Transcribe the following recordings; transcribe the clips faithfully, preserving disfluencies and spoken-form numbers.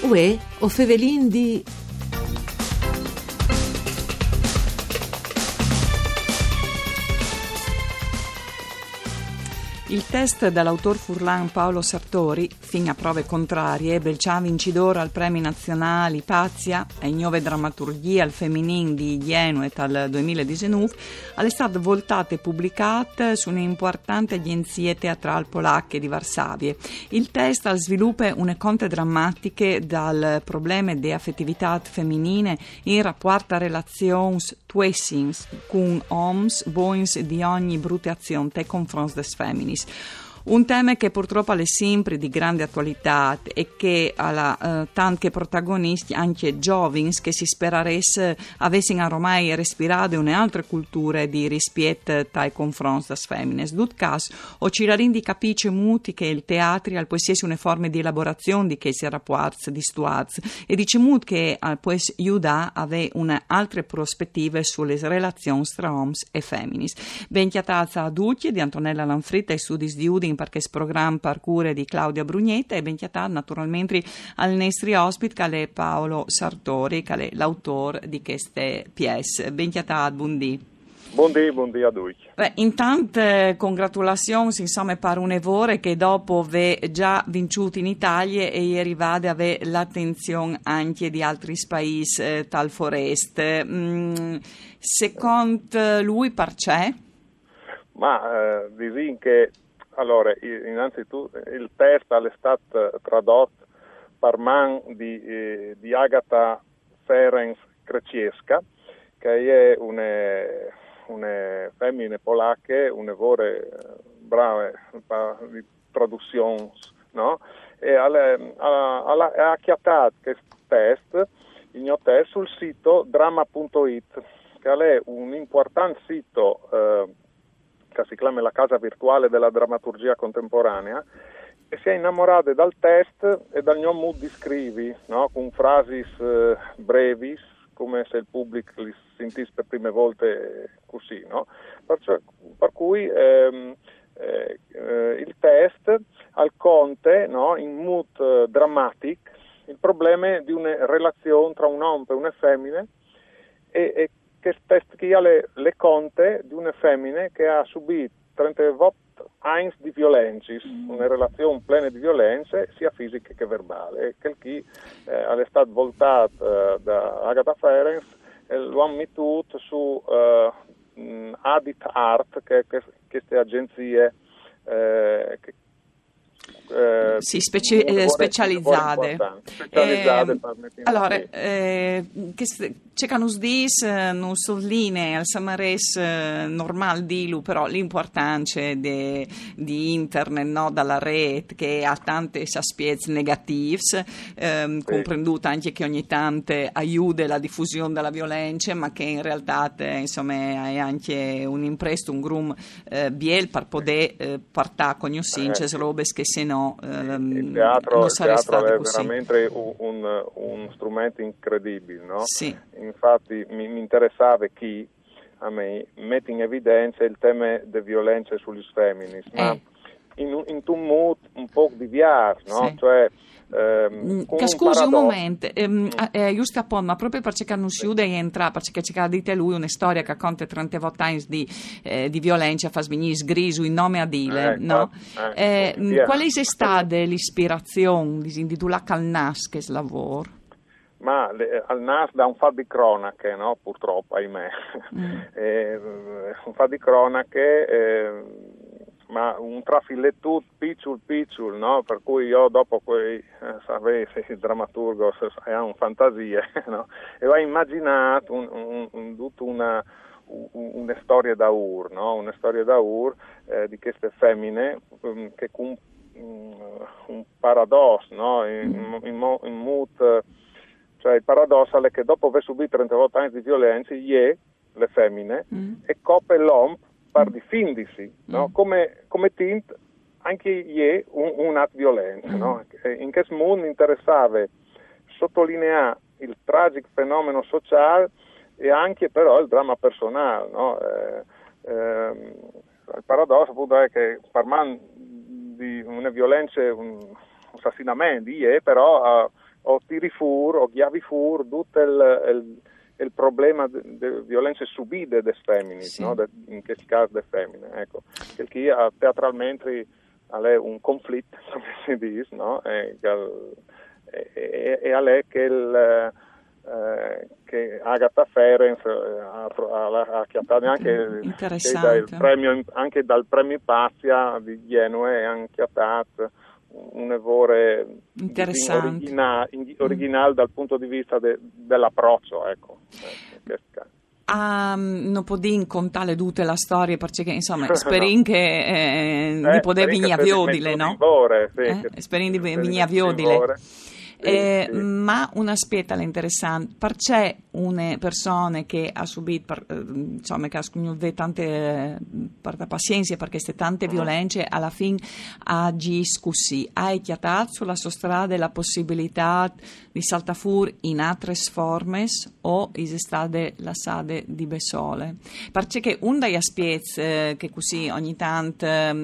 Uè, o Fevelin di... Il test dall'autor furlan Paolo Sartori, fin a prove contrarie, belcià vincitore al Premi Nazionali Pazia e nuove drammaturgie al Feminin di Genuet al duemiladiciannove, è stato voltato e pubblicato su un'importante agenzia teatrale polacche di Varsavie. Il test sviluppa une conte drammatiche dal problema di affettività femminile in rapporto a relazioni tuessings con oms, boins di ogni brutte azione nei confronti des femminis. Un tema che purtroppo è sempre di grande attualità e che ha uh, tanti protagonisti, anche giovani, che si speraresse avessero ormai respirato un'altra cultura di rispetto ai confronti delle femmine. In tutto caso, o ci rendi capisce muti che il teatro può essere una forma di elaborazione di questi rapporti di situazioni e dice muti che uh, può aiutare a avere un'altra prospettiva sulle relazioni tra uomini e femmine. Ben chiatazza a tutti di Antonella Lanfritta e studi di Udin perché il programma parcure di Claudia Brugnetta e ben chiatato naturalmente al nostro ospite che è Paolo Sartori, che è l'autore di queste pièce. Ben chiatato, buondì. Buondì, buondì a tutti. Beh, intanto congratulazioni insomma per un evore che dopo ve già vinciuto in Italia e ieri vade a avere l'attenzione anche di altri paesi eh, tal forest. Mm, secondo lui perché? Ma eh, disin che allora, innanzitutto il testo è stato tradotto per man di, eh, di Agata Ferenc Kreciewska, che è una, una femmina polacca, una vera brava di traduzione, no? E ha acchiattato questo test, il mio test, sul sito drama punto it, che è un importante sito eh, che si chiama la casa virtuale della drammaturgia contemporanea, e si è innamorato dal test e dal mio mood di scrivi, no? Con frasi eh, brevi, come se il pubblico li sentisse per prime volte così, no? Perciò, per cui ehm, eh, eh, il test al conte, no? In mood eh, dramatic, il problema di una relazione tra un uomo e una femmina e, e che test che ha le, le conte di una femmina che ha subito trentotto anni di violenze, mm. una relazione plena di violenze sia fisiche che verbali, e che chi eh, è stato voltato eh, da Agata Ferenc e lo ha messo su eh, Adit Art, che, che queste agenzie eh, che Eh, sì, speci- eh, specializzate. specializzate eh, allora eh, c'è che non si dice, non sottolinea al Samares eh, normale di però l'importanza de, di internet, no, dalla rete, che ha tante aspetti negativi, ehm, sì. Comprenduto anche che ogni tanto aiuta la diffusione della violenza, ma che in realtà eh, insomma è anche un impresto, un grum eh, biel per poter eh, partare con i sinces, robe che se no ehm, il teatro, non il sarebbe teatro stato è così. veramente un, un, un strumento incredibile, no? Sì. Infatti mi, mi interessava chi a me mette in evidenza il tema delle violenze sugli femmini, eh. ma in, in un mood un po' diverso, no? Sì. Cioè ehm, che scusi un, un momento, ehm, mm. eh, giusto a po', ma proprio perché non si usa e entra, perché ci ha dite lui una storia che conta trentotto anni di, eh, di violenza, fa svenire sgriso in nome a dile, eh, no? Eh, eh, qual è stata l'ispirazione di indurla al nas che lavoro? Ma le, al N A S da un fatto di cronache, no? Purtroppo, ahimè, mm. eh, un fatto di cronache, eh, ma un trafillettut picciul picciul, no? Per cui io dopo quei, eh, sapessi, il drammaturgo ha un fantasia, no? E ho immaginato un, un, un, tutta una, un, una storia d'aur, no? Una storia d'aur eh, di queste femmine um, che con um, un paradosso, no? In, in, in, in mood... Cioè il paradosso è che dopo aver subito trentotto anni di violenza, ie, le femmine, mm. e coppe l'om per difendersi, no? Mm. Come, come tint anche ie un, un atto violenza, mm. no? In questo mondo mi interessava sottolineare il tragico fenomeno sociale e anche però il dramma personale, no? Eh, eh, il paradosso appunto è che per me di una violenza, un assassinamento, ie, però... Uh, o tiri fur o ghiavi fur tutto il, il, il problema delle violenze subite delle femmine, sì. no? de, in questo caso delle femmine, ecco, che teatralmente è un conflitto, come si dice, no? E, e, e a lei che il Eh, che Agatha Ferenc eh, ha, ha, ha chiamato anche dal premio, anche dal premio Pazia di Genova e ha chiamato un evore originale, originale mm. dal punto di vista de, dell'approccio, ecco. Ah, non può dire contare tutte le storie perché insomma sperin che eh, eh, di poter venire a Viodile, no? Vigore, sì, eh, sperin di venire a Viodile. Eh, sì, sì. Ma un aspetto interessante, perché una persona che ha subito, per, insomma, che ha avuto tante per pazienza perché queste tante mm. violenze, alla fine ha discussi, ha chiatato sulla sua strada la possibilità di saltare fuori in altre forme o esistate la sade di Besole. Perché un degli aspetti eh, che così ogni tanto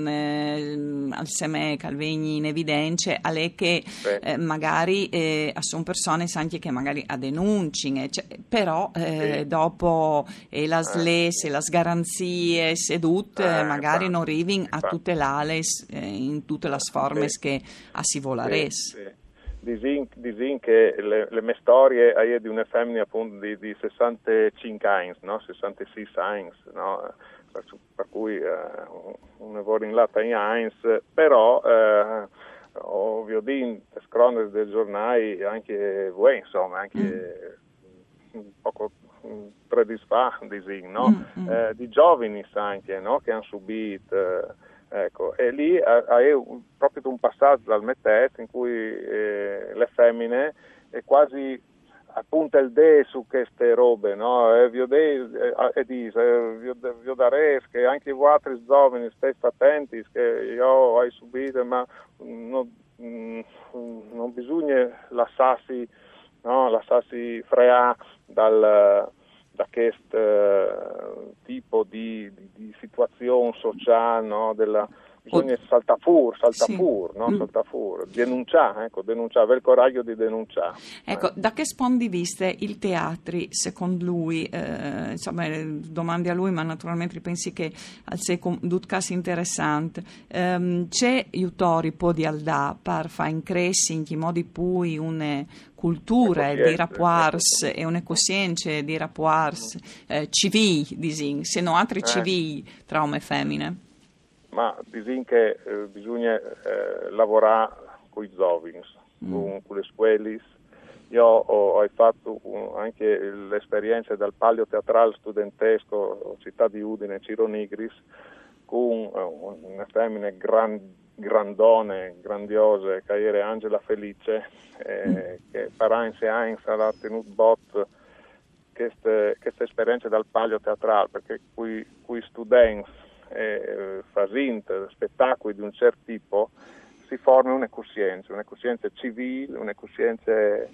eh, al seme che vengono in evidenza è che eh, magari Eh, sono persone anche che magari a denunci, cioè, però eh, sì. dopo eh, le slese, le garanzie sedute eh, magari infatti, non arrivano a tutte le ales eh, in tutte le forme sì. che a si volares. Sì, sì. Disin, disin che le, le mie storie è di una femmina appunto di, di sessantacinque anni, no? sessantasei anni, no? per, per cui eh, un lavoro in latta in anni, però eh, ovvio di cronache dei giornali anche voi insomma anche mm. un poco tre di fa no? mm, mm. Eh, di giovani anche no? che hanno subito eh, ecco e lì è proprio un passaggio dal Metet in cui eh, le femmine è quasi appunta il de su queste robe, no? E vi e dice, vi darei che anche voi altri giovani state attenti che io ho subito, ma non, non bisogna lasciarsi, no? lasciarsi frea dal da questo uh, tipo di, di, di situazione sociale, no? Della bisogna saltare fuori, saltare fuori, sì. no? saltare fuori, denunciare, ecco, denunciare, avere il coraggio di denunciare. Ecco, eh. da che punto di vista il teatro, secondo lui, eh, insomma, domandi a lui, ma naturalmente pensi che al secondo due casi interessanti, ehm, c'è aiutori po' di aldà per fare incressi in che modi poi una cultura di rapports e una coscienza di rapports eh, civili, disin, se no altri eh. civili tra uomini e femmine. Ma disin che eh, bisogna eh, lavorare con i giovani, mm. con, con le scuole. Io ho, ho fatto un, anche l'esperienza del Palio Teatrale Studentesco Città di Udine, Ciro Nigris, con uh, una femmina gran, grandone, grandiose, che era Angela Felice, eh, mm. che per anni e anni sarà tenuto bot questa esperienza del Palio Teatrale, perché qui, qui studenti Eh, facendo spettacoli di un certo tipo si forma una coscienza, una coscienza civile, una coscienza eh,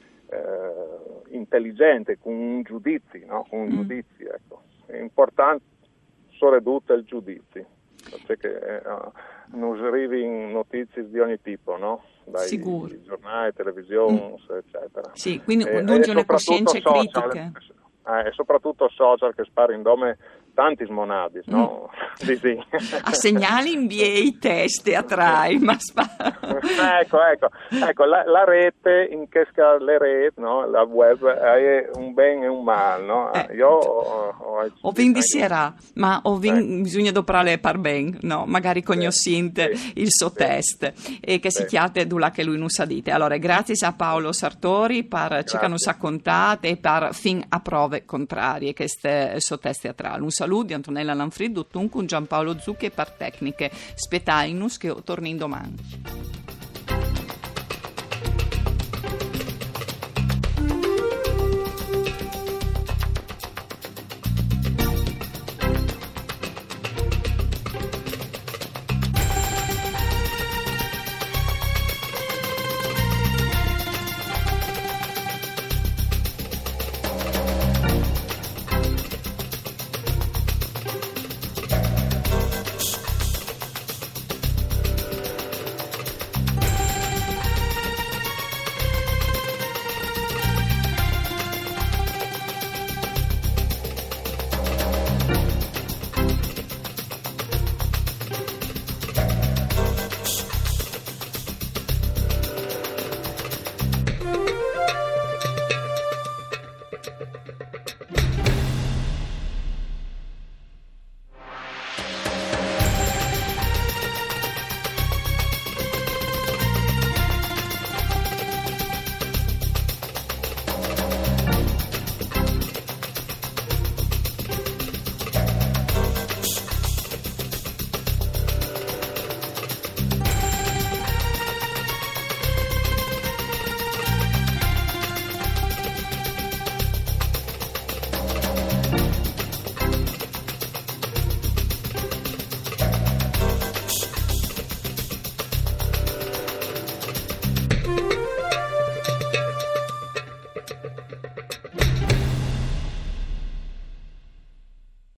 intelligente, con un giudizio, no? con un mm. giudizio, ecco. È importante soprattutto il giudizio, perché eh, non arrivano notizie di ogni tipo, no? Dai Sicuro. giornali, televisioni, mm. eccetera. Sì, quindi eh, una coscienza critica. Eh, e soprattutto social che spara in dome tanti smonadi, no? Mm. Sì, sì. A segnali in via i test teatrali, ma spara. ecco, ecco, ecco la, la rete, in che scala le reti, no? La web è un bene e un male, no? Eh, Io ho, ho, ho vinto di sera, ma ho vin, eh. bisogna doprare par ben, no? Magari cognoscente sì, il suo sì, test sì, e che sì. si chiate dula che lui non sa dite. Allora, grazie a Paolo Sartori per ci che non sa contate e per fin a prove contrarie che ste suo test teatrale. Un saluto di Antonella Lanfrid, Dottunque, Giampaolo Zucchi e per tecniche Spetainus che torni in domani.